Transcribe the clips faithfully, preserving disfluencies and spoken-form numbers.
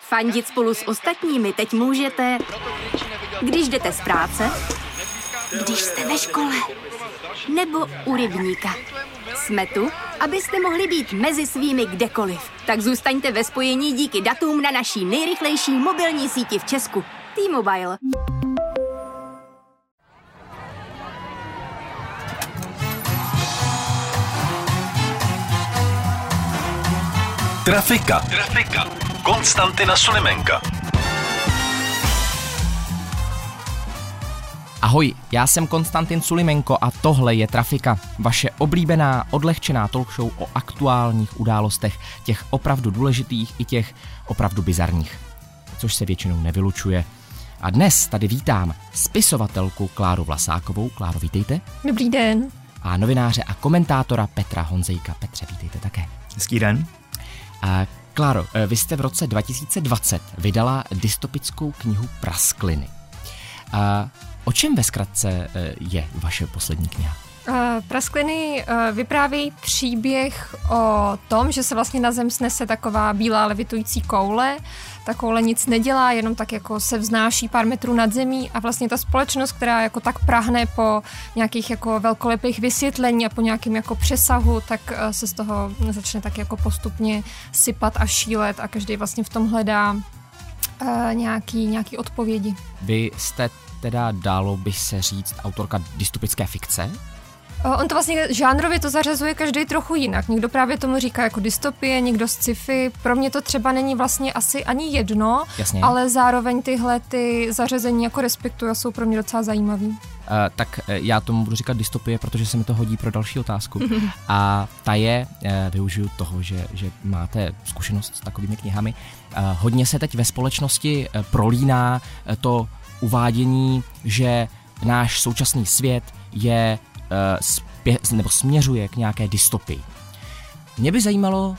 Fandit spolu s ostatními teď můžete, když jdete z práce, když jste ve škole, nebo u rybníka. Jsme tu, abyste mohli být mezi svými kdekoliv. Tak zůstaňte ve spojení díky datům na naší nejrychlejší mobilní síti v Česku. T-Mobile. Trafika. Trafika. Konstantina Sulimenka. Ahoj, já jsem Konstantin Sulimenko a tohle je Trafika, vaše oblíbená, odlehčená talk show o aktuálních událostech, těch opravdu důležitých i těch opravdu bizarních, což se většinou nevylučuje. A dnes tady vítám spisovatelku Kláru Vlasákovou. Kláro, vítejte. Dobrý den. A novináře a komentátora Petra Honzejka. Petře, vítejte také. Hezký den. A Kláro, vy jste v roce dva tisíce dvacet vydala dystopickou knihu Praskliny. A o čem ve zkratce je vaše poslední kniha? Praskliny vyprávějí příběh o tom, že se vlastně na zem snese taková bílá levitující koule. Ta koule nic nedělá, jenom tak jako se vznáší pár metrů nad zemí a vlastně ta společnost, která jako tak prahne po nějakých jako velkolepých vysvětlení a po nějakém jako přesahu, tak se z toho začne tak jako postupně sypat a šílet a každý vlastně v tom hledá uh, nějaký, nějaký odpovědi. Vy jste teda, dalo by se říct, autorka dystopické fikce? On to vlastně žánrově to zařazuje každý trochu jinak. Někdo právě tomu říká jako dystopie, někdo sci-fi. Pro mě to třeba není vlastně asi ani jedno, Jasně. Ale zároveň tyhle ty zařazení jako respektuju a jsou pro mě docela zajímavý. Uh, tak já tomu budu říkat dystopie, protože se mi to hodí pro další otázku. A ta je, uh, využiju toho, že, že máte zkušenost s takovými knihami. Uh, hodně se teď ve společnosti uh, prolíná uh, to uvádění, že náš současný svět je Spě- nebo směřuje k nějaké dystopii. Mě by zajímalo,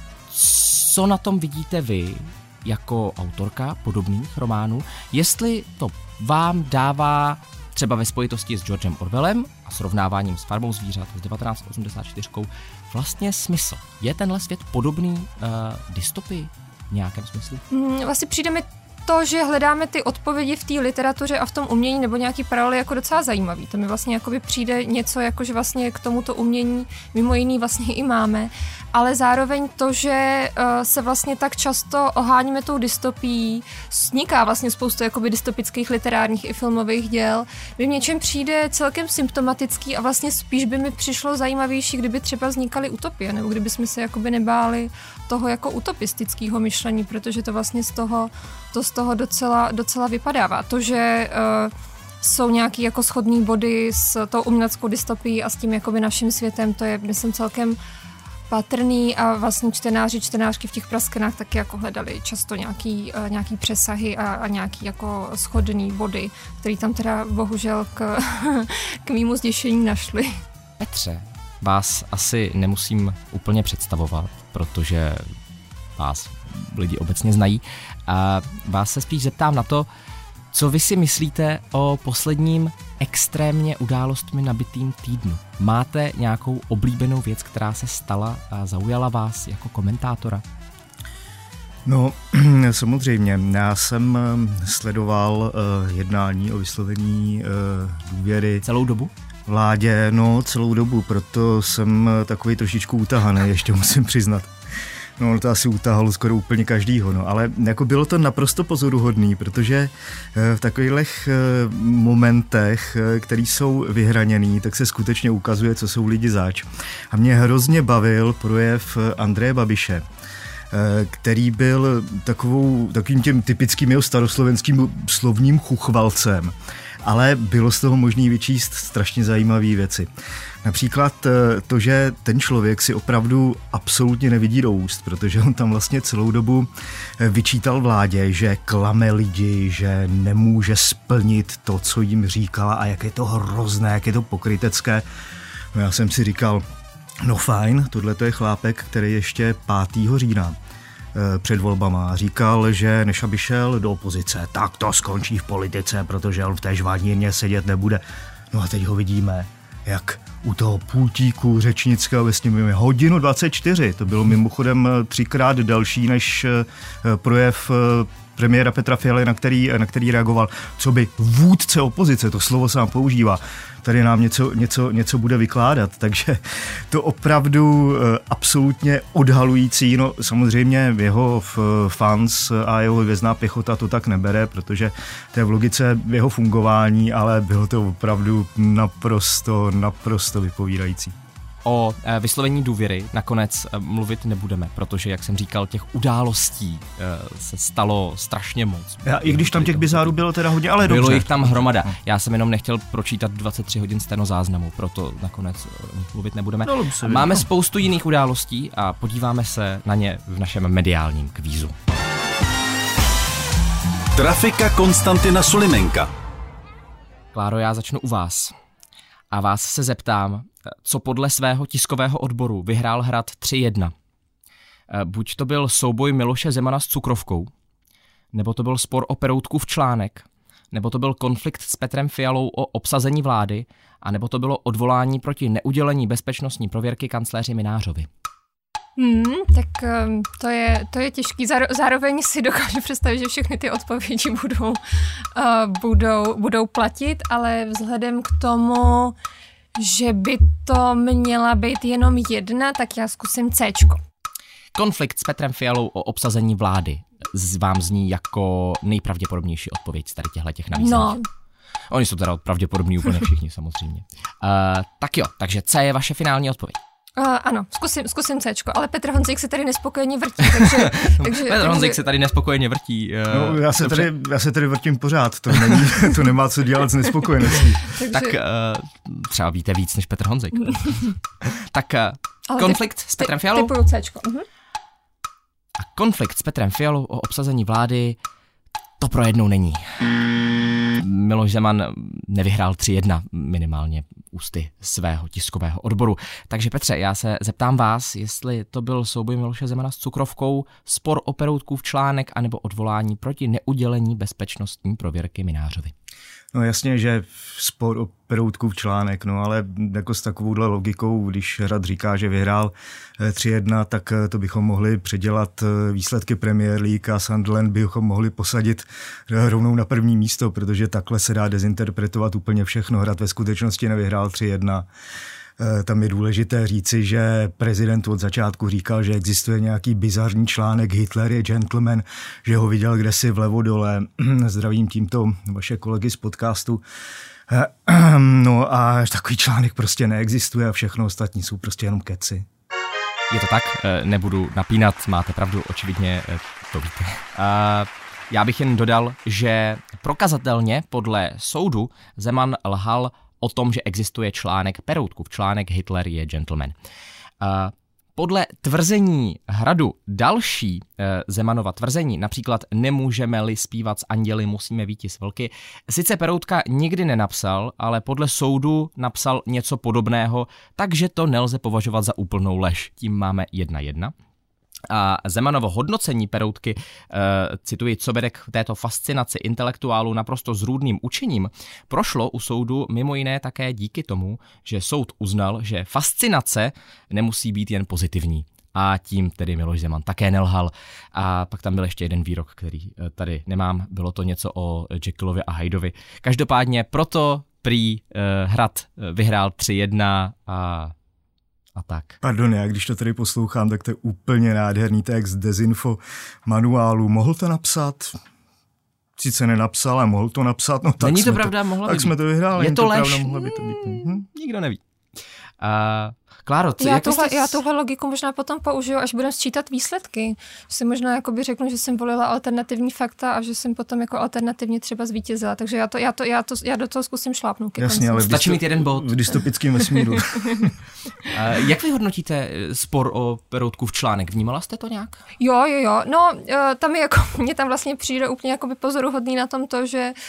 co na tom vidíte vy jako autorka podobných románů, jestli to vám dává třeba ve spojitosti s Georgem Orwellem a srovnáváním s Farmou zvířat s devatenáct osmdesát čtyři vlastně smysl. Je tenhle svět podobný uh, dystopii v nějakém smyslu? Mm, vlastně přijde mi to, že hledáme ty odpovědi v té literatuře a v tom umění nebo nějaký paralely jako docela zajímavý. To mi vlastně jakoby přijde něco, jako že vlastně k tomuto umění mimo jiný vlastně i máme, ale zároveň to, že uh, se vlastně tak často oháníme tou dystopií, vzniká vlastně spoustu jakoby dystopických literárních i filmových děl, by v něčem přijde celkem symptomatický a vlastně spíš by mi přišlo zajímavější, kdyby třeba vznikaly utopie, nebo kdyby jsme se jakoby nebáli toho jako utopistického myšlení, protože to vlastně z toho to z toho docela, docela vypadává. To, že uh, jsou nějaký jako shodný body s tou uměleckou dystopií a s tím jakoby naším světem, to je, myslím, celkem patrný a vlastně čtenáři, čtenářky v těch Prasklinách taky jako hledali často nějaký, uh, nějaký přesahy a, a nějaký jako shodný body, který tam teda bohužel k, k mýmu zděšení našli. Petře, vás asi nemusím úplně představovat, protože vás lidi obecně znají. A vás se spíš zeptám na to, co vy si myslíte o posledním extrémně událostmi nabitým týdnu. Máte nějakou oblíbenou věc, která se stala a zaujala vás jako komentátora? No, samozřejmě. Já jsem sledoval uh, jednání o vyslovení uh, důvěry. Celou dobu? Vládě, no celou dobu, proto jsem takový trošičku utahaný, ještě musím přiznat. No, to asi utahalo skoro úplně každýho, no, ale jako bylo to naprosto pozoruhodný, protože v takových momentech, které jsou vyhraněný, tak se skutečně ukazuje, co jsou lidi zač. A mě hrozně bavil projev Andreje Babiše, který byl takovou, takovým těm typickým jeho staroslovenským slovním chuchvalcem, ale bylo z toho možný vyčíst strašně zajímavé věci. Například to, že ten člověk si opravdu absolutně nevidí do úst, protože on tam vlastně celou dobu vyčítal vládě, že klame lidi, že nemůže splnit to, co jim říkala a jak je to hrozné, jak je to pokrytecké. No já jsem si říkal, no fajn, tohle to je chlápek, který ještě pátého října před volbama říkal, že než aby šel do opozice, tak to skončí v politice, protože on v té žvanírně sedět nebude. No a teď ho vidíme, jak u toho pultíku řečnického ve sněmovně hodinu dvacet čtyři. To bylo mimochodem třikrát delší než projev premiéra Petra Fialy, na který, na který reagoval, co by vůdce opozice, to slovo sám používá, tady nám něco, něco, něco bude vykládat, takže to opravdu absolutně odhalující, no samozřejmě jeho fans a jeho hvězdná pěchota to tak nebere, protože to je v logice jeho fungování, ale bylo to opravdu naprosto, naprosto vypovídající. O vyslovení důvěry nakonec mluvit nebudeme, protože, jak jsem říkal, těch událostí se stalo strašně moc. Já, I když tam těch bizárů bylo teda hodně, ale bylo dobře. Bylo jich tam hromada. Já jsem jenom nechtěl pročítat dvacet tři hodin stenozáznamu, proto nakonec mluvit nebudeme. No, Máme spoustu jiných událostí a podíváme se na ně v našem mediálním kvízu. Trafika Konstantina Sulimenka. Kláro, já začnu u vás. A vás se zeptám, co podle svého tiskového odboru vyhrál Hrad tři jedna. Buď to byl souboj Miloše Zemana s cukrovkou, nebo to byl spor o Peroutkův článek, nebo to byl konflikt s Petrem Fialou o obsazení vlády, a nebo to bylo odvolání proti neudělení bezpečnostní prověrky kancléři Mynářovi. Hmm, tak to je, to je těžký. Zároveň si dokážu představit, že všechny ty odpovědi budou, uh, budou, budou platit, ale vzhledem k tomu, že by to měla být jenom jedna, tak já zkusím Cčko. Konflikt s Petrem Fialou o obsazení vlády vám zní jako nejpravděpodobnější odpověď z tady těchto nabízených. No. Oni jsou teda pravděpodobní úplně všichni samozřejmě. Uh, tak jo, takže C je vaše finální odpověď. Uh, ano, zkusím, zkusím Cčko, ale Petr Honzík se tady nespokojeně vrtí, takže... takže Petr Honzík takže... se tady nespokojeně vrtí. Uh, no, já, se tady, já se tady vrtím pořád, to, není, to nemá co dělat s nespokojeností. takže... Tak uh, třeba víte víc než Petr Honzík. tak uh, konflikt typ, s Petrem Fialou. Typuju Cčko. Uh-huh. A konflikt s Petrem Fialou o obsazení vlády, to pro jednou není. Miloš Zeman nevyhrál tři jedna minimálně ústy svého tiskového odboru. Takže Petře, já se zeptám vás, jestli to byl souboj Miloše Zemana s cukrovkou, spor o Peroutkův článek, anebo odvolání proti neudělení bezpečnostní prověrky Mynářovi. No jasně, že spor o Peroutkův článek, no ale jako s takovouhle logikou, když Hrad říká, že vyhrál tři jedna, tak to bychom mohli předělat výsledky Premier League a Sunderland bychom mohli posadit rovnou na první místo, protože takhle se dá dezinterpretovat úplně všechno. Hrad ve skutečnosti nevyhrál tři jedna. Tam je důležité říci, že prezident od začátku říkal, že existuje nějaký bizarní článek Hitler je gentleman, že ho viděl kdesi vlevo dole. Zdravím tímto vaše kolegy z podcastu. No a takový článek prostě neexistuje a všechno ostatní jsou prostě jenom keci. Je to tak, nebudu napínat, máte pravdu, očividně to víte. A já bych jen dodal, že prokazatelně podle soudu Zeman lhal o tom, že existuje článek Peroutkův článek Hitler je gentleman. Podle tvrzení Hradu další Zemanova tvrzení, například nemůžeme-li zpívat s anděli, musíme víti s vlky, sice Peroutka nikdy nenapsal, ale podle soudu napsal něco podobného, takže to nelze považovat za úplnou lež. Tím máme jedna jedna. A Zemanovo hodnocení Peroutky, e, cituji, co vede k této fascinaci intelektuálů naprosto zrůdným učením, prošlo u soudu mimo jiné také díky tomu, že soud uznal, že fascinace nemusí být jen pozitivní. A tím tedy Miloš Zeman také nelhal. A pak tam byl ještě jeden výrok, který tady nemám. Bylo to něco o Jekyllovi a Hydovi. Každopádně proto prý e, Hrad vyhrál tři jedna a... A tak. Pardon, já když to tady poslouchám, tak to je úplně nádherný text dezinfo manuálu. Mohl to napsat? Sice nenapsal, ale mohl to napsat. No, tak Není to pravda, to, mohla tak by jsme to vyhráli. Je to, to lež? Pravda, mohla by to být. Hm? Nikdo neví. Uh, Kláro, ty, já, jak tohle, jste... já tuhle logiku možná potom použiju, až budeme sčítat výsledky. Že si možná jakoby řeknu, že jsem volila alternativní fakta a že jsem potom jako alternativně třeba zvítězila. Takže já, to, já, to, já, to, já do toho zkusím šlápnout. Jasně, ale stačí mít jeden bod. V dystopickém vesmíru. uh, jak vy hodnotíte spor o Peroutkův článek? Vnímala jste to nějak? Jo, jo, jo. No, tam je jako, mě tam vlastně přijde úplně jakoby pozoruhodný na tom to, že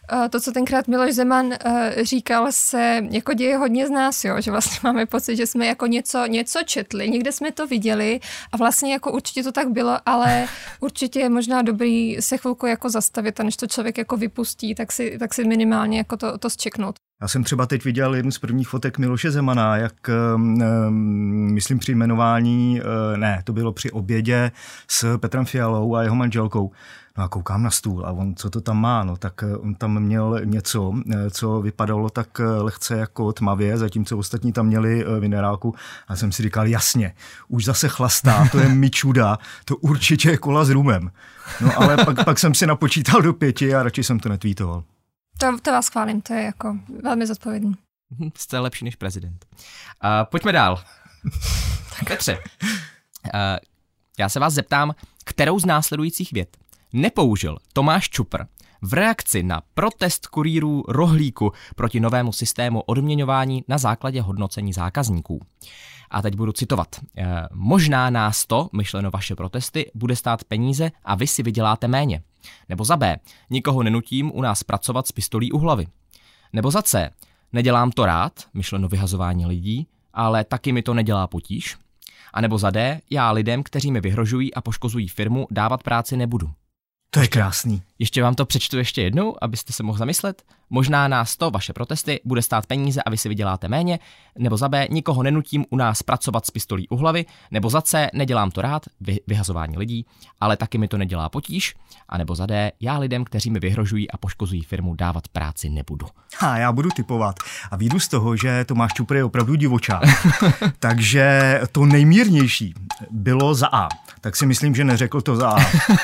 to, co tenkrát Miloš Zeman říkal, se jako děje hodně z nás, jo? Že vlastně máme pocit, že jsme jako něco, něco četli, někde jsme to viděli a vlastně jako určitě to tak bylo, ale určitě je možná dobrý se chvilku jako zastavit a než to člověk jako vypustí, tak si, tak si minimálně jako to, to zčeknout. Já jsem třeba teď viděl jednu z prvních fotek Miloše Zemana, jak, myslím, při jmenování, ne, to bylo při obědě s Petrem Fialou a jeho manželkou. No a koukám na stůl a on, co to tam má, no tak on tam měl něco, co vypadalo tak lehce jako tmavě, zatímco ostatní tam měli minerálku. A jsem si říkal, jasně, už zase chlastá, to je mičuda, to určitě je kola s rumem. No ale pak, pak jsem si napočítal do pěti a radši jsem to netweetoval. To, to vás chválím, to je jako velmi zodpovědný. Jste lepší než prezident. Uh, pojďme dál. Petře, uh, já se vás zeptám, kterou z následujících vět nepoužil Tomáš Čupr v reakci na protest kurýrů Rohlíku proti novému systému odměňování na základě hodnocení zákazníků. A teď budu citovat. E, možná nás to, myšleno vaše protesty, bude stát peníze a vy si vyděláte méně. Nebo za B, nikoho nenutím u nás pracovat s pistolí u hlavy. Nebo za C, nedělám to rád, myšleno vyhazování lidí, ale taky mi to nedělá potíž. A nebo za D, já lidem, kteří mi vyhrožují a poškozují firmu, dávat práci nebudu. To je krásný. Ještě vám to přečtu ještě jednou, abyste se mohli zamyslet. Možná nás to, vaše protesty, bude stát peníze a vy si vyděláte méně. Nebo za B, nikoho nenutím u nás pracovat s pistolí u hlavy. Nebo za C, nedělám to rád, vy, vyhazování lidí, ale taky mi to nedělá potíž. A nebo za D, já lidem, kteří mi vyhrožují a poškozují firmu, dávat práci nebudu. A já budu typovat. A vyjdu z toho, že Tomáš Čupr je opravdu divočák. Takže to nejmírnější bylo za A. Tak si myslím, že neřekl to za A.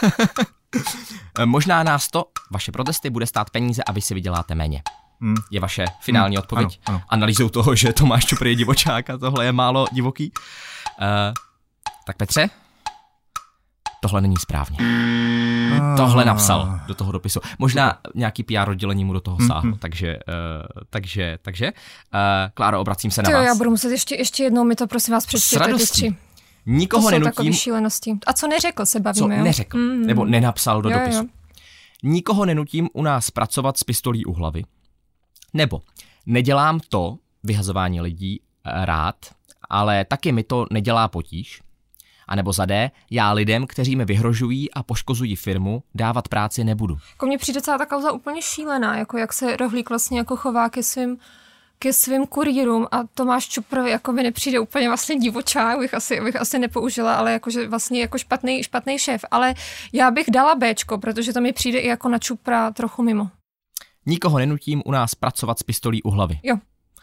Možná nás to, vaše protesty, bude stát peníze a vy si vyděláte méně. Hmm. Je vaše finální hmm. odpověď. Ano, ano. Analýzou toho, že Tomáš Čupr je divočák a tohle je málo divoký. Uh, tak Petře, tohle není správně. Ah. Tohle napsal do toho dopisu. Možná nějaký P R oddělení mu do toho sáhlo, mm-hmm. takže, uh, takže, takže. Uh, Kláro, obracím se na Tyjo, vás. Já budu muset ještě, ještě jednou mi to prosím vás přečtěte, ty tři. Nikoho to jsou nenutím. takové šílenosti. A co neřekl, se bavíme, co jo? neřekl, mm. nebo nenapsal do jo, dopisu. Jo. Nikoho nenutím u nás pracovat s pistolí u hlavy. Nebo nedělám to, vyhazování lidí, rád, ale taky mi to nedělá potíž. A nebo za D, já lidem, kteří mi vyhrožují a poškozují firmu, dávat práci nebudu. Jako mně přijde celá ta kauza úplně šílená, jako jak se Rohlík vlastně jako chová ke svým ke svým kurýrům a Tomáš Čupr jako mi nepřijde úplně vlastně divočák, bych asi, bych asi nepoužila, ale jakože vlastně jako špatný, špatný šéf. Ale já bych dala Bčko, protože to mi přijde i jako na Čupra trochu mimo. Nikoho nenutím u nás pracovat s pistolí u hlavy. Jo.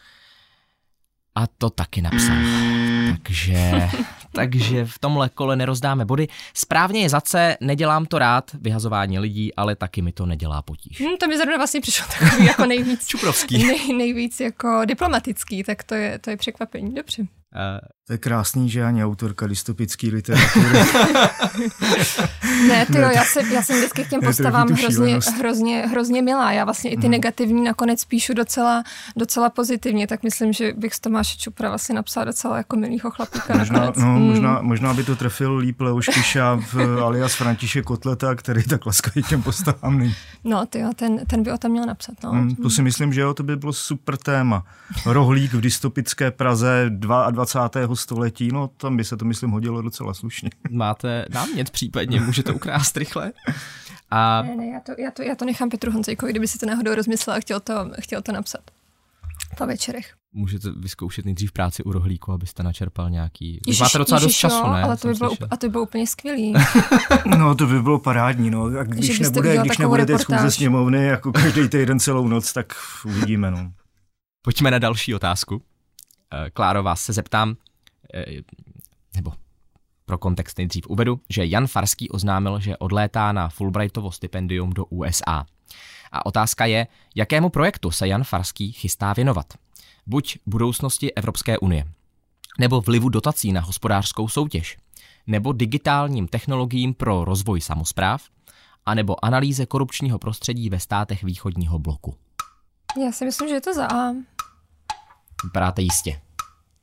A to taky napsal. Takže, takže v tomhle kole nerozdáme body. Správně je za C, nedělám to rád, vyhazování lidí, ale taky mi to nedělá potíž. Hmm, to mi zrovna vlastně přišlo takový jako nejvíc. Čuprovský. Nej, nejvíc jako diplomatický, tak to je, to je překvapení. Dobře. Uh, to je krásný, že ani autorka dystopické literatury. Ne, tyjo, já, se, já jsem vždycky k těm postavám hrozně, hrozně, hrozně milá. Já vlastně i ty hmm. negativní nakonec píšu docela, docela pozitivně, tak myslím, že bych z Tomáše Čupra vlastně napsala docela jako milýho chlapíka. Možná, no, hmm. možná, možná by to trefil líp Leoš Kyša v alias František Kotleta, který tak laskavý těm postavám není. No, tyjo, ten, ten by o tom měl napsat. No. Hmm, to si myslím, že jo, to by bylo super téma. Rohlík v dystopické Praze dvacátého druhého století, no tam by se to, myslím, hodilo docela slušně. Máte námět případně, můžete ukrást rychle. A... Ne, ne, já to, já to, já to nechám Petru Honzejkovi, kdyby si to náhodou rozmyslel a chtěl to, chtěl to napsat po večerech. Můžete vyzkoušet nejdřív práci u Rohlíku, abyste načerpal nějaký... Ježiš, máte docela ježiš, dost času, jo, ne? Ale to by, bylo, a to by bylo úplně skvělý. No, to by bylo parádní, no. A když, nebude, když nebudete schůze sněmovny jako každý týden celou noc, tak uvidíme, no. Pojďme na další otázku. Kláro, vás se zeptám, nebo pro kontext nejdřív uvedu, že Jan Farský oznámil, že odlétá na Fulbrightovo stipendium do U S A. A otázka je, jakému projektu se Jan Farský chystá věnovat. Buď budoucnosti Evropské unie, nebo vlivu dotací na hospodářskou soutěž, nebo digitálním technologiím pro rozvoj samospráv, anebo analýze korupčního prostředí ve státech východního bloku. Já si myslím, že je to za A. Vypadáte jistě.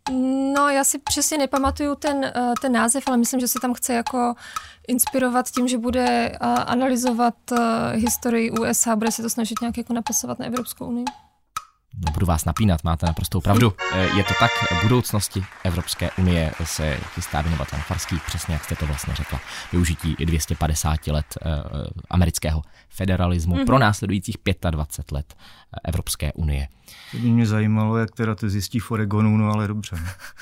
No, já si přesně nepamatuju ten, ten název, ale myslím, že se tam chce jako inspirovat tím, že bude analyzovat historii U S A, bude se to snažit nějak jako napasovat na Evropskou unii. No, budu vás napínat, máte naprostou pravdu. Je to tak, budoucnosti Evropské unie se chystá věnovat Jan Farský, přesně jak jste to vlastně řekla. Využití dvě stě padesát let eh, amerického federalismu mm-hmm. pro následujících dvacet pět let Evropské unie. To by mě zajímalo, jak teda to zjistí v Oregonu, no ale dobře.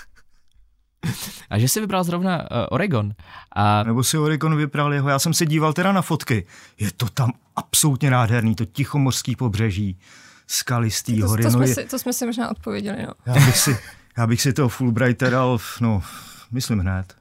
A že si vybral zrovna uh, Oregon. A... Nebo si Oregon vybral jeho, já jsem se díval teda na fotky. Je to tam absolutně nádherný, to tichomořský pobřeží. Skalistý to, hory. To, to, no jsme je... si, to jsme si možná odpověděli, no. Já bych si, já bych si toho Fulbrighta dal, no, myslím hned.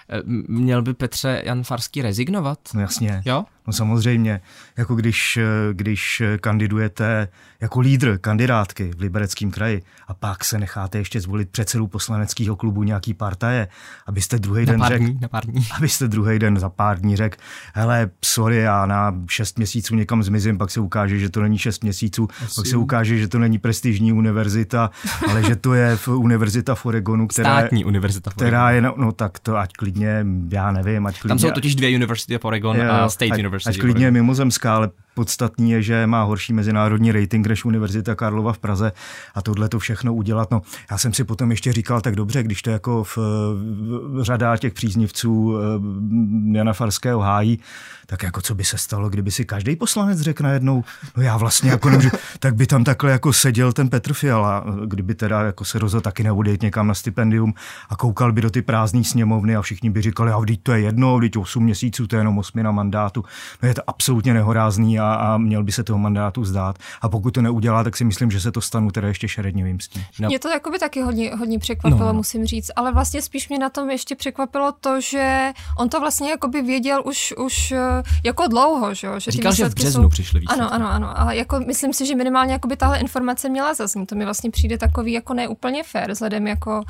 Měl by Petře Jan Farský rezignovat? No jasně. Jo? No samozřejmě, jako když, když kandidujete jako lídr kandidátky v Libereckém kraji a pak se necháte ještě zvolit předsedu poslaneckého klubu nějaký partaje, abyste druhý den řekl, abyste druhý den za pár dní řekl, hele, sorry, já na šest měsíců někam zmizím, pak se ukáže, že to není šest měsíců, Asi. pak se ukáže, že to není prestižní univerzita, ale že to je v univerzita v Oregonu, která, Státní univerzita v Oregonu. která je, no, no tak to ať klidně, já nevím, ať klidně. Tam jsou totiž dvě univerzity v Oregon jo, a State ať, University. Ať klidně mimozemská, ale podstatný je, že má horší mezinárodní rating než Univerzita Karlova v Praze a tohle to všechno udělat. No, já jsem si potom ještě říkal, tak dobře, když to jako v, v řada těch příznivců Jana Farského hájí, tak jako co by se stalo, kdyby si každý poslanec řekl najednou, no já vlastně jako nemůžu, tak by tam takhle jako seděl ten Petr Fiala, kdyby teda jako se rozhodl taky neodejít někam na stipendium a koukal by do ty prázdné sněmovny a všichni by říkali, a vždyť to je jedno, vždyť osm měsíců, to je jenom osmina mandátu. No je to absolutně nehorázný a, a měl by se toho mandátu zdát. A pokud to neudělá, tak si myslím, že se to stanu teda ještě šeredňovým s tím. No. Mě to jakoby taky hodně, hodně překvapilo, no. musím říct, ale vlastně spíš mě na tom ještě překvapilo to, že on to vlastně jakoby věděl už, už jako dlouho, že, že Říkal, že v březnu jsou... přišli výsledky. Ano, ano, ano. A jako myslím si, že minimálně jakoby tahle informace měla zaznít. To mi vlastně přijde takový jako neúplně fair, vzhledem jako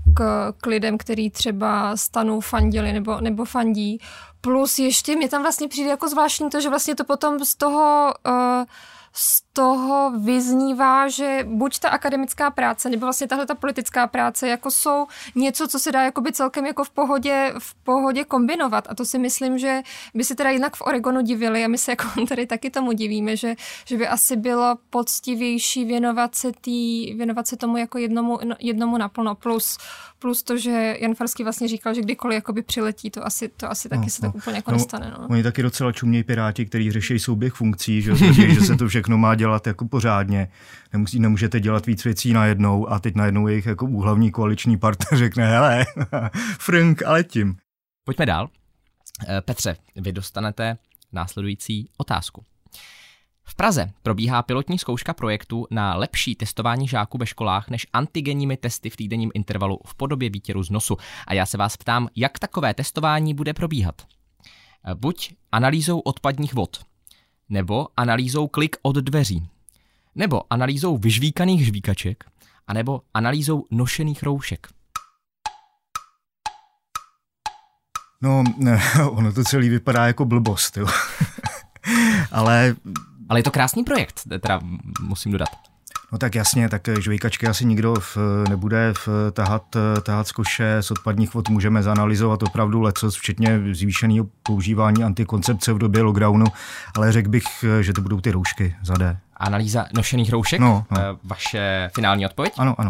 k, k lidem, který třeba stanu fandili nebo, nebo fandí. Plus ještě mě tam vlastně přijde jako zvláštní to, že vlastně to potom z toho... Uh, z toho vyznívá, že buď ta akademická práce, nebo vlastně tahle ta politická práce, jako jsou něco, co se dá jakoby celkem jako v pohodě, v pohodě kombinovat. A to si myslím, že by se teda jinak v Oregonu divili a my se jako tady taky tomu divíme, že, že by asi bylo poctivější věnovat se, tý, věnovat se tomu jako jednomu, jednomu naplno. Plus, plus to, že Jan Farský vlastně říkal, že kdykoliv jakoby přiletí, to asi, to asi taky no, se tak no, úplně jako no, nestane. No. Oni taky docela čumějí Piráti, kteří řeší souběh funkcí, že, že se to všechno má dělat jako pořádně. Nemusí, nemůžete dělat víc věcí najednou a teď najednou jejich jako úhlavní koaliční partner řekne, hele, Frank, ale tím. Pojďme dál. Petře, vy dostanete následující otázku. V Praze probíhá pilotní zkouška projektu na lepší testování žáků ve školách než antigenními testy v týdenním intervalu v podobě výtěru z nosu. A já se vás ptám, jak takové testování bude probíhat. Buď analýzou odpadních vod, nebo analýzou klik od dveří, nebo analýzou vyžvíkaných žvíkaček, anebo analýzou nošených roušek. No, ne, ono to celý vypadá jako blbost, jo. Ale... Ale je to krásný projekt, teda musím dodat. No tak jasně, tak žvejkačky asi nikdo v, nebude v, tahat, tahat z koše, z odpadních vod můžeme zanalyzovat opravdu lecos, včetně zvýšeného používání antikoncepce v době lockdownu, ale řekl bych, že to budou ty roušky za D. Analýza nošených roušek? No, no. Vaše finální odpověď? Ano, ano.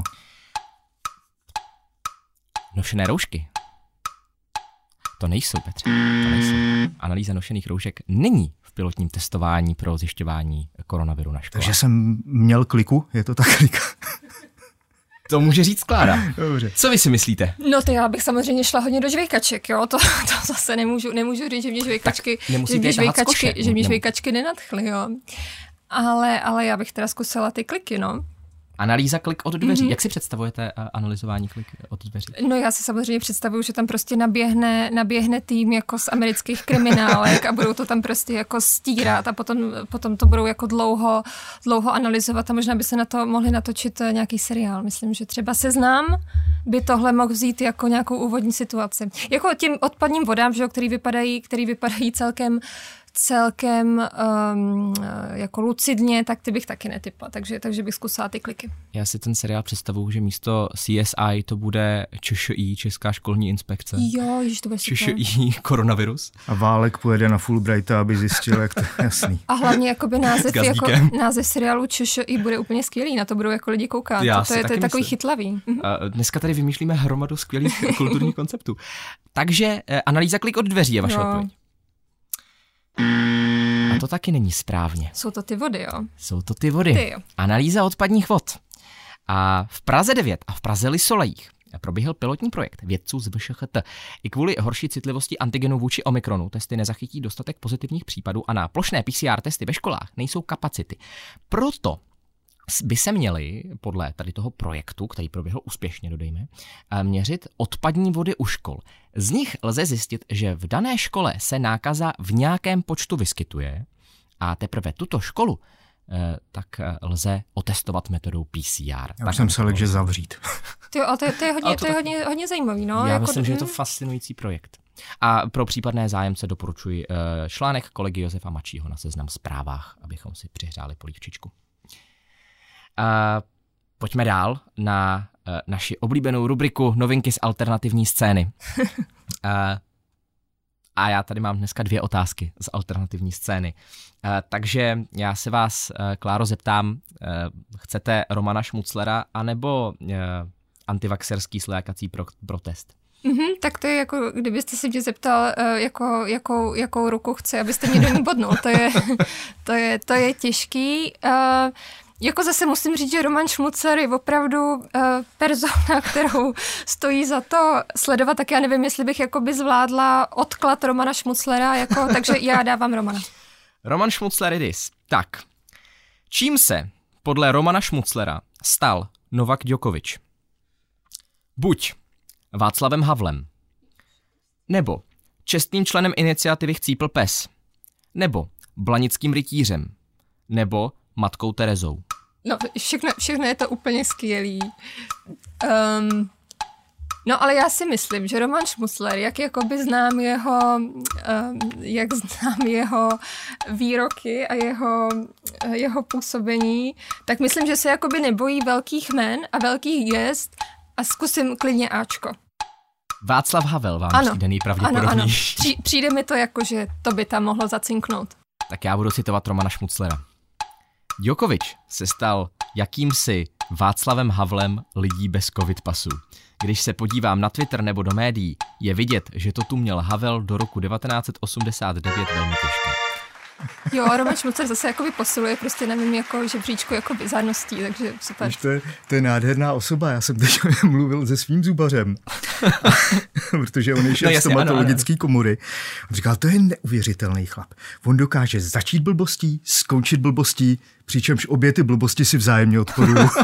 Nošené roušky? To nejsou, Petře, to nejsou. Analýza nošených roušek není v pilotním testování pro zjišťování koronaviru na školách. Takže jsem měl kliku, je to ta klika? To může říct Klára. Dobře. Co vy si myslíte? No to já bych samozřejmě šla hodně do žvejkaček, jo, to, to zase nemůžu, nemůžu říct, že mě žvejkačky, že mě žvejkačky, že mě žvejkačky nenadchly, jo. Ale, ale já bych teda zkusila ty kliky, no. Analýza klik od dveří. Mm-hmm. Jak si představujete uh, analyzování klik od dveří? No já si samozřejmě představuju, že tam prostě naběhne, naběhne tým jako z amerických kriminálek a budou to tam prostě jako stírat a potom, potom to budou jako dlouho, dlouho analyzovat a možná by se na to mohli natočit nějaký seriál. Myslím, že třeba Seznam by tohle mohl vzít jako nějakou úvodní situaci. Jako tím odpadním vodám, že jo, který vypadají, který vypadají celkem celkem um, jako lucidně, tak ty bych taky netypla, takže, takže bych zkusila ty kliky. Já si ten seriál představuju, že místo C S I to bude ČŠI, Česká školní inspekce. Jo, ježiš, to bude super. ČŠI, koronavirus. A Válek pojede na Fulbrighta, aby zjistil, jak to je jasný. A hlavně jakoby název, jako, název seriálu ČŠI bude úplně skvělý, na to budou jako lidi koukat. Já to, to, je, to je takový chytlavý. Mhm. Dneska tady vymýšlíme hromadu skvělých kulturních konceptů. Takže analýza klik od dveří je vaše odpověď. A to taky není správně. Jsou to ty vody, jo? Jsou to ty vody. Ty jo. Analýza odpadních vod. A v Praze devět a v Praze Lisolejích proběhl pilotní projekt vědců z V Š Ch T. I kvůli horší citlivosti antigenů vůči Omikronu testy nezachytí dostatek pozitivních případů a na plošné P C R testy ve školách nejsou kapacity. Proto by se měly, podle tady toho projektu, který proběhl úspěšně, dodejme, měřit odpadní vody u škol. Z nich lze zjistit, že v dané škole se nákaza v nějakém počtu vyskytuje a teprve tuto školu tak lze otestovat metodou P C R. Já už jsem se lekl, že zavřít. Ty, ale to, je, to je, hodně, to to je hodně, hodně zajímavý. No? Já jako myslím, d- že je to fascinující projekt. A pro případné zájemce doporučuji článek kolegy Josefa Mačího na Seznam Zprávách, abychom si přihřáli polívčičku. Uh, pojďme dál na uh, naši oblíbenou rubriku Novinky z alternativní scény. uh, a já tady mám dneska dvě otázky z alternativní scény. Uh, takže já se vás, uh, Kláro, zeptám, uh, chcete Romana Šmuclera anebo uh, antivaxerský slékací pro- protest? Mm-hmm, tak to je jako, kdybyste se mě zeptal, uh, jako, jakou, jakou ruku chci, abyste mě do ní bodnul. To je, to je, to je těžký. Uh, Jako zase musím říct, že Roman Šmucler je opravdu uh, persona, kterou stojí za to sledovat, tak já nevím, jestli bych jakoby zvládla odklad Romana Šmuclera, jako, takže já dávám Romana. Roman Šmucler idis. Tak, čím se podle Romana Šmuclera stal Novak Djokovič? Buď Václavem Havlem, nebo čestným členem iniciativy Chcípl pes, nebo blanickým rytířem, nebo matkou Terezou. No, všechno, všechno je to úplně skvělý. Um, no, ale já si myslím, že Roman Šmucler, jak jakoby znám jeho, um, jak znám jeho výroky a jeho, jeho působení, tak myslím, že se jakoby nebojí velkých jmen a velkých gest a zkusím klidně Ačko. Václav Havel vám ano, přijde nejpravděpodobnější. Ano, ano. Při, přijde mi to jako, že to by tam mohlo zacinknout. Tak já budu citovat Romana Šmuclera. Djokovič se stal jakýmsi Václavem Havlem lidí bez covid pasů. Když se podívám na Twitter nebo do médií, je vidět, že to tu měl Havel do roku devatenáct set osmdesát devět velmi těžké. Jo, Roman Šmucler zase jakoby posiluje prostě nevím, jako žebříčku jako bizarností, takže super. To je, to je nádherná osoba, já jsem teď mluvil se svým zubařem, protože on je šéf no, stomatologické komory. On říkal, to je neuvěřitelný chlap. On dokáže začít blbostí, skončit blbostí, přičemž obě ty blbosti si vzájemně odporují. uh,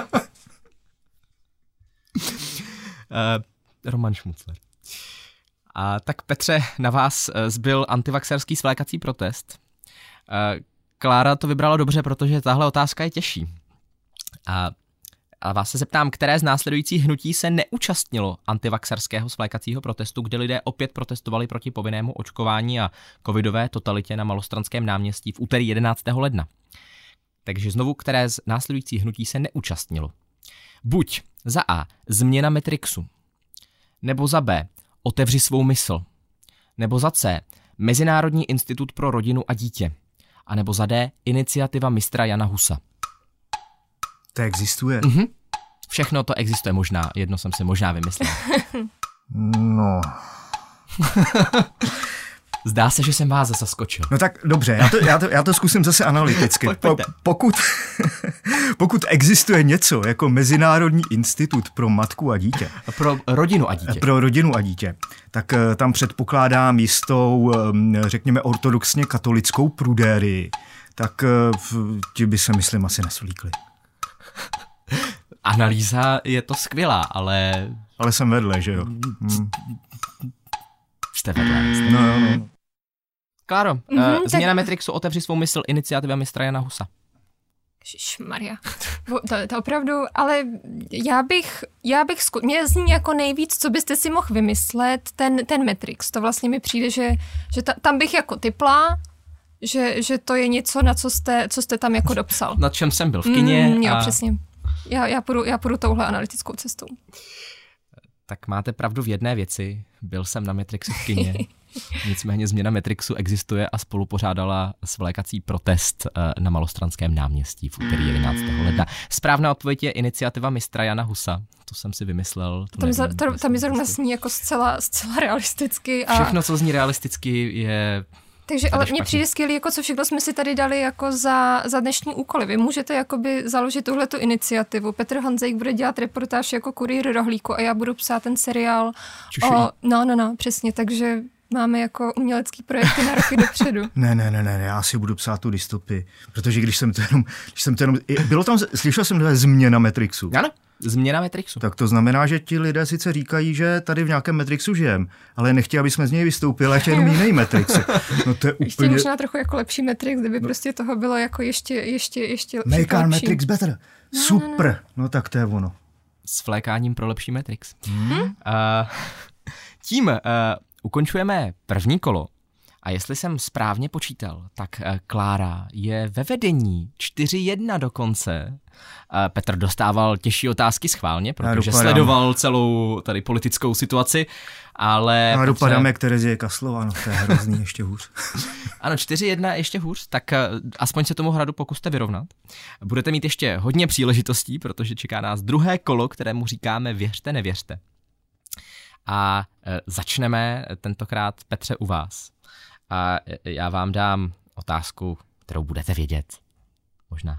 Roman Šmucler. A tak Petře, na vás zbyl antivaxerský svlékací protest. Klára to vybrala dobře, protože tahle otázka je těžší. A, a vás se zeptám, které z následujících hnutí se neúčastnilo antivaxerského svlékacího protestu, kde lidé opět protestovali proti povinnému očkování a covidové totalitě na Malostranském náměstí v úterý jedenáctého ledna. Takže znovu, které z následujících hnutí se neúčastnilo. Buď za A. Změna Matrixu, nebo za B. Otevři svou mysl, nebo za C. Mezinárodní institut pro rodinu a dítě, a nebo za D. Iniciativa mistra Jana Husa. To existuje? Mhm. Všechno to existuje možná, jedno jsem si možná vymyslel. No... Zdá se, že jsem vás zaskočil. No tak dobře, já to, já to, já to zkusím zase analyticky. Po, pokud, pokud existuje něco jako Mezinárodní institut pro matku a dítě. Pro rodinu a dítě. Pro rodinu a dítě. Tak tam předpokládám jistou, řekněme, ortodoxně katolickou prudérii. Tak ti by se, myslím, asi nesvlíkli. Analýza je to skvělá, ale... Ale jsem vedle, že jo? Hmm. Jste vedle. Jste. No, no, no. Kláro, Mm-hmm, uh, změna tak... Matrixu, otevři svou mysl, iniciativa mistra Jana Husa. Ježišmarja. To, to opravdu, ale já bych, já bych zku... mě zní jako nejvíc, co byste si mohl vymyslet, ten, ten Matrix. To vlastně mi přijde, že, že ta, tam bych jako typla, že, že to je něco, na co jste, co jste tam jako dopsal. Na čem jsem byl v kině. Mm, jo, a... přesně. Já, já, půjdu, já půjdu touhle analytickou cestou. Tak máte pravdu v jedné věci. Byl jsem na Matrixu v kině. Nicméně změna Matrixu existuje a spolupořádala svlékací protest na Malostranském náměstí v úterý jedenáctého ledna. Správná odpověď je iniciativa mistra Jana Husa. To jsem si vymyslel. To tam, nevím, tam, tam mi zrovna sní jako zcela, zcela realisticky. A... Všechno, co zní realisticky, je... Takže ale mně přijde skvělý, jako co všechno jsme si tady dali jako za, za dnešní úkoly. Vy můžete jakoby založit tuhletu iniciativu. Petr Hanzejk bude dělat reportáž jako kurýr rohlíku a já budu psát ten seriál Čušují. o... No, no, no, přesně, takže máme jako umělecký projekty na roky dopředu. Ne, ne, ne, ne, já si budu psát tu dystopii, protože když jsem to jenom, když jsem to jenom, bylo tam, slyšel jsem tohle změna Matrixu. Ano, změna Matrixu. Tak to znamená, že ti lidé sice říkají, že tady v nějakém Matrixu žijem, ale nechtějí, aby jsme z něj vystoupili, ještě jenom jiný Matrix. No to je úplně... Ještě možná trochu jako lepší Matrix, kdyby no. prostě toho bylo jako ještě, ještě, ještě Make lepší. our Matrix better. No, super. No, no. no tak to je ono. S flékáním pro lepší Matrix. Hmm? Uh, tím uh, ukončujeme první kolo a jestli jsem správně počítal, tak Klára je ve vedení čtyři jedna dokonce. Petr dostával těžší otázky schválně, protože sledoval celou tady politickou situaci, ale... No a Petře... dopadáme jak Terezie Kaslová, no to je hrozný, ještě hůř. Ano, čtyři jedna ještě hůř, tak aspoň se tomu hradu pokuste vyrovnat. Budete mít ještě hodně příležitostí, protože čeká nás druhé kolo, kterému říkáme věřte, nevěřte. A e, začneme tentokrát, Petře, u vás. A já vám dám otázku, kterou budete vědět. Možná.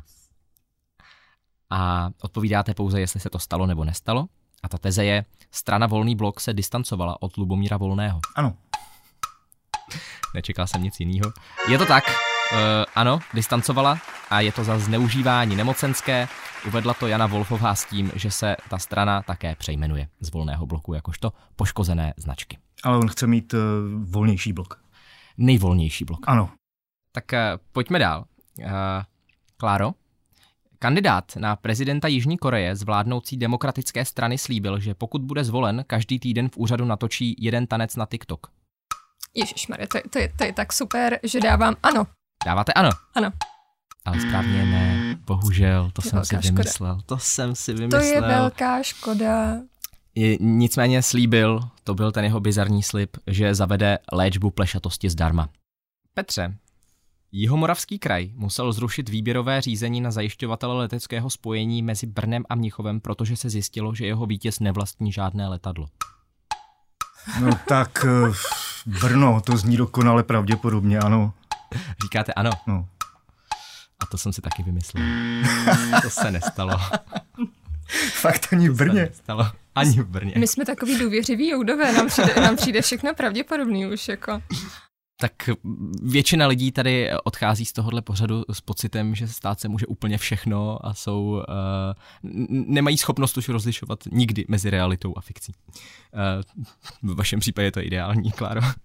A odpovídáte pouze, jestli se to stalo nebo nestalo. A ta teze je, strana Volný blok se distancovala od Lubomíra Volného. Ano. Nečekal jsem nic jiného. Je to tak, uh, ano, distancovala a je to za zneužívání nemocenské. Uvedla to Jana Wolfová s tím, že se ta strana také přejmenuje z Volného bloku jakožto poškozené značky. Ale on chce mít uh, volnější blok. Nejvolnější blok. Ano. Tak uh, pojďme dál. Uh, Kláro, kandidát na prezidenta Jižní Koreje z vládnoucí demokratické strany slíbil, že pokud bude zvolen, každý týden v úřadu natočí jeden tanec na TikTok. Ježišmarja, to, to, to je tak super, že dávám ano. Dáváte ano? Ano. Ale správně ne, bohužel, to je jsem si vymyslel. Škoda. To jsem si vymyslel. To je velká škoda. Je, nicméně slíbil, to byl ten jeho bizarní slib, že zavede léčbu plešatosti zdarma. Petře, Jihomoravský kraj musel zrušit výběrové řízení na zajišťovatele leteckého spojení mezi Brnem a Mnichovem, protože se zjistilo, že jeho vítěz nevlastní žádné letadlo. No tak Brno, to zní dokonale pravděpodobně, ano. Říkáte ano? No. A to jsem si taky vymyslel. To se nestalo. Fakt ani v Brně? Nestalo. Ani v Brně. My jsme takový důvěřiví joudové, nám přijde, nám přijde všechno pravděpodobný už jako. Tak většina lidí tady odchází z tohohle pořadu s pocitem, že stát se může úplně všechno a jsou, uh, nemají schopnost už rozlišovat nikdy mezi realitou a fikcí. Uh, v vašem případě je to ideální, Kláro. Uh,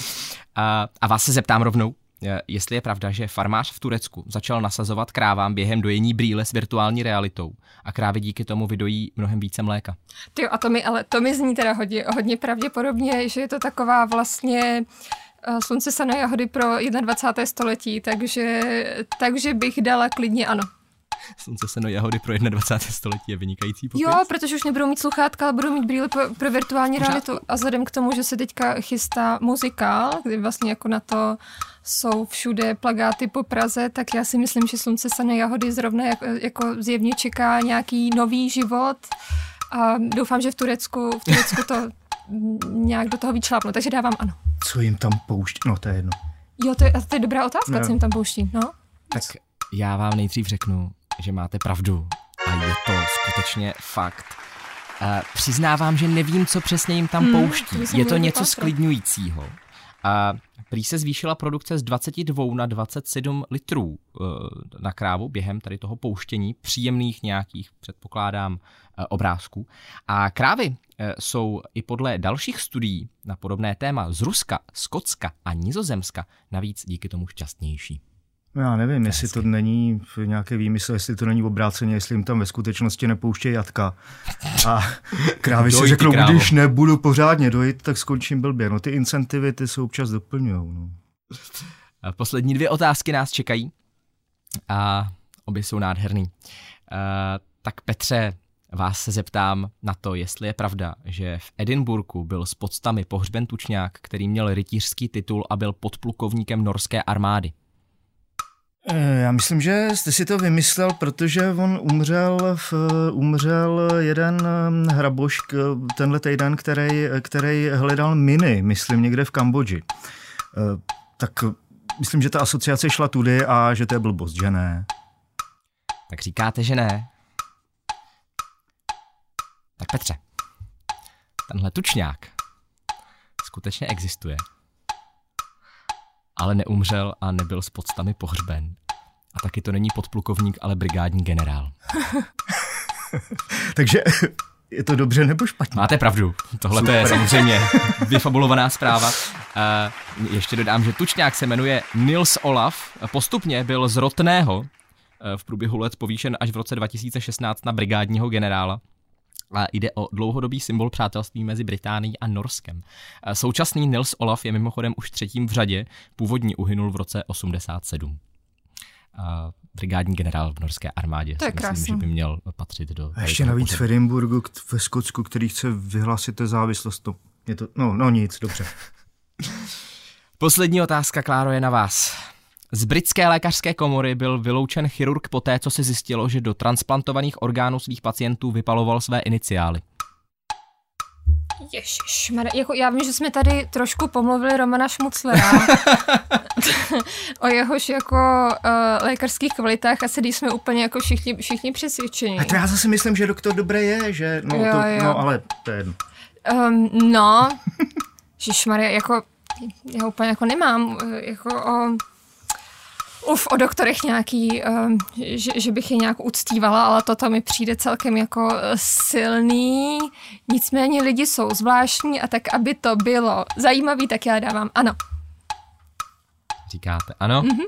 a vás se zeptám rovnou, jestli je pravda, že farmář v Turecku začal nasazovat krávám během dojení brýle s virtuální realitou a krávy díky tomu vydojí mnohem více mléka. Tyjo, a to mi, ale to mi zní teda hodně, hodně pravděpodobně, že je to taková vlastně slunce sa na jahody pro dvacátého prvního století, takže, takže bych dala klidně ano. Slunce se na jahody pro dvacátého prvního století je vynikající popis. Jo, protože už nebudou mít sluchátka, ale budou mít brýle pro, pro virtuální realitu. A vzhledem k tomu, že se teďka chystá muzikál, kdy vlastně jako na to jsou všude plakáty po Praze, tak já si myslím, že Slunce se na jahody zrovna jako, jako zjevně čeká nějaký nový život a doufám, že v Turecku, v Turecku to nějak do toho víc šlápnu, takže dávám ano. Co jim tam pouští? No, to je jedno. Jo, to je, to je dobrá otázka, no. Co jim tam pouští, no. Tak já vám nejdřív řeknu, že máte pravdu a je to skutečně fakt. Uh, přiznávám, že nevím, co přesně jim tam hmm, pouští. To je to něco pátrat. Sklidňujícího. A uh, prý se zvýšila produkce z dvacet dva na dvacet sedm litrů uh, na krávu během tady toho pouštění příjemných nějakých, předpokládám, uh, obrázků. A krávy uh, jsou i podle dalších studií na podobné téma z Ruska, Skotska a Nizozemska navíc díky tomu šťastnější. Já nevím, jestli to není nějaké výmysl, jestli to není obráceně, jestli jim tam ve skutečnosti nepouštějí jatka. A krávy si řeknou, když nebudu pořádně dojít, tak skončím blbě. No ty incentivy, ty se občas doplňujou. No. Poslední dvě otázky nás čekají a obě jsou nádherný. Uh, tak Petře, vás se zeptám na to, jestli je pravda, že v Edinburghu byl s poctami pohřben tučňák, který měl rytířský titul a byl podplukovníkem norské armády. Já myslím, že jste si to vymyslel, protože on umřel, v, umřel jeden hraboš tenhle týden, který, který hledal miny, myslím někde v Kambodži. Tak myslím, že ta asociace šla tudy a že to je blbost, že ne? Tak říkáte, že ne? Tak Petře, tenhle tučňák skutečně existuje, ale neumřel a nebyl s poctami pohřben. A taky to není podplukovník, ale brigádní generál. Takže je to dobře nebo špatně? Máte pravdu, tohle to je samozřejmě vyfabulovaná zpráva. Uh, ještě dodám, že tučňák se jmenuje Nils Olaf, postupně byl z rotného v průběhu let povýšen až v roce dva tisíce šestnáct na brigádního generála. A jde o dlouhodobý symbol přátelství mezi Británií a Norskem. Současný Nils Olaf je mimochodem už třetím v řadě, původní uhynul v roce osmdesát sedm. A brigádní generál v norské armádě. To je myslím, krásný. že by měl patřit do... A ještě navíc v Edinburghu ve Skotsku, který chce vyhlásit závislost. To, je to, no, no nic, dobře. Poslední otázka, Kláro, je na vás. Z britské lékařské komory byl vyloučen chirurg poté, co se zjistilo, že do transplantovaných orgánů svých pacientů vypaloval své iniciály. Ježišmarja, jako já vím, že jsme tady trošku pomluvili Romana Šmuclera o jehož jako uh, lékařských kvalitách, asi když jsme úplně jako všichni, všichni přesvědčení. A to já zase myslím, že doktor dobré je, že no, jo, to, jo. no ale to je jedno. Um, no, ježišmarja, jako já úplně jako nemám jako o... Uf, o doktorech nějaký, um, že, že bych je nějak uctívala, ale toto mi přijde celkem jako silný. Nicméně lidi jsou zvláštní a tak, aby to bylo zajímavý, tak já dávám ano. Říkáte ano? Mm-hmm.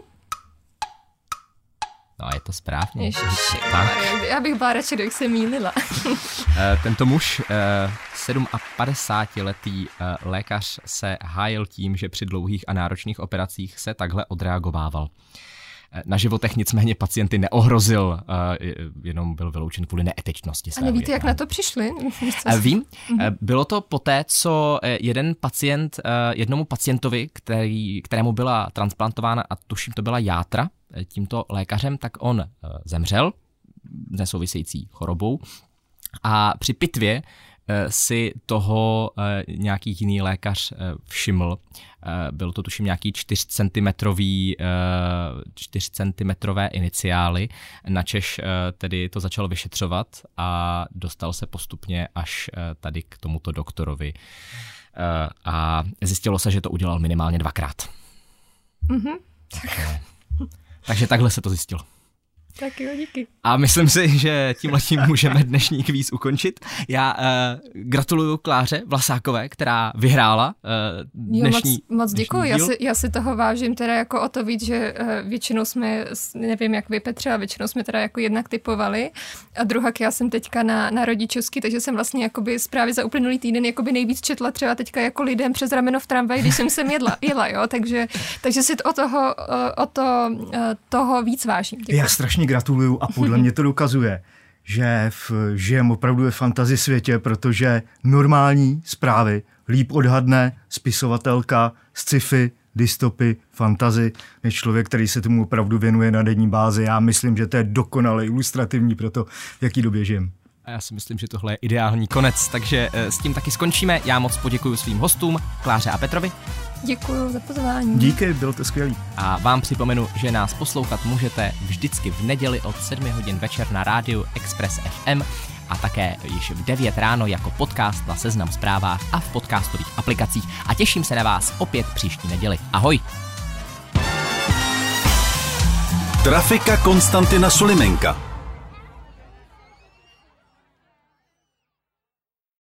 No, je to správně. Ježiši, Tak. já bych byla radši, kdybych se mýlila. Tento muž, sedmapadesátiletý lékař, se hájil tím, že při dlouhých a náročných operacích se takhle odreagovával. Na životech nicméně pacienty neohrozil, jenom byl vyloučen kvůli neetičnosti. A nevíte, jak na to přišli? Vím, bylo to poté, co jeden pacient, jednomu pacientovi, který, kterému byla transplantována, a tuším, to byla játra, tímto lékařem, tak on zemřel nesouvisející chorobou a při pitvě si toho nějaký jiný lékař všiml. Byl to tuším nějaký čtyřcentimetrový, čtyřcentimetrové iniciály, načež tedy to začal vyšetřovat a dostal se postupně až tady k tomuto doktorovi. A zjistilo se, že to udělal minimálně dvakrát. Mm-hmm. Takže, takže takhle se to zjistilo. Tak jo, díky. A myslím si, že tímhletím můžeme dnešní kvíz ukončit. Já uh, gratuluju Kláře Vlasákové, která vyhrála uh, dnešní jo, moc, moc děkuji, dnešní já díl. si, já si toho vážím teda jako o to víc, že uh, většinou jsme, nevím jak vy Petře, a většinou jsme teda jako jednak typovali a druhak já jsem teďka na, na rodičovský, takže jsem vlastně jakoby zprávy za uplynulý týden jakoby nejvíc četla třeba teďka jako lidem přes rameno v tramvaji, když jsem sem jedla, jela, jo, takže, takže si o toho, uh, o to, uh, toho víc vážím. Děkuji. Já strašně gratuluju a podle mě to dokazuje, že v, žijem opravdu ve fantasy světě, protože normální zprávy líp odhadne spisovatelka sci-fi, dystopy, fantasy, než člověk, který se tomu opravdu věnuje na denní bázi. Já myslím, že to je dokonale ilustrativní pro to, v jaký době žijem. A já si myslím, že tohle je ideální konec, takže s tím taky skončíme. Já moc poděkuji svým hostům, Kláře a Petrovi. Děkuji za pozvání. Díky, bylo to skvělý. A vám připomenu, že nás poslouchat můžete vždycky v neděli od sedmi hodin večer na rádiu Express F M a také již v devět ráno jako podcast na Seznam Zprávách a v podcastových aplikacích. A těším se na vás opět příští neděli. Ahoj! Trafika Konstantina Sulimenka.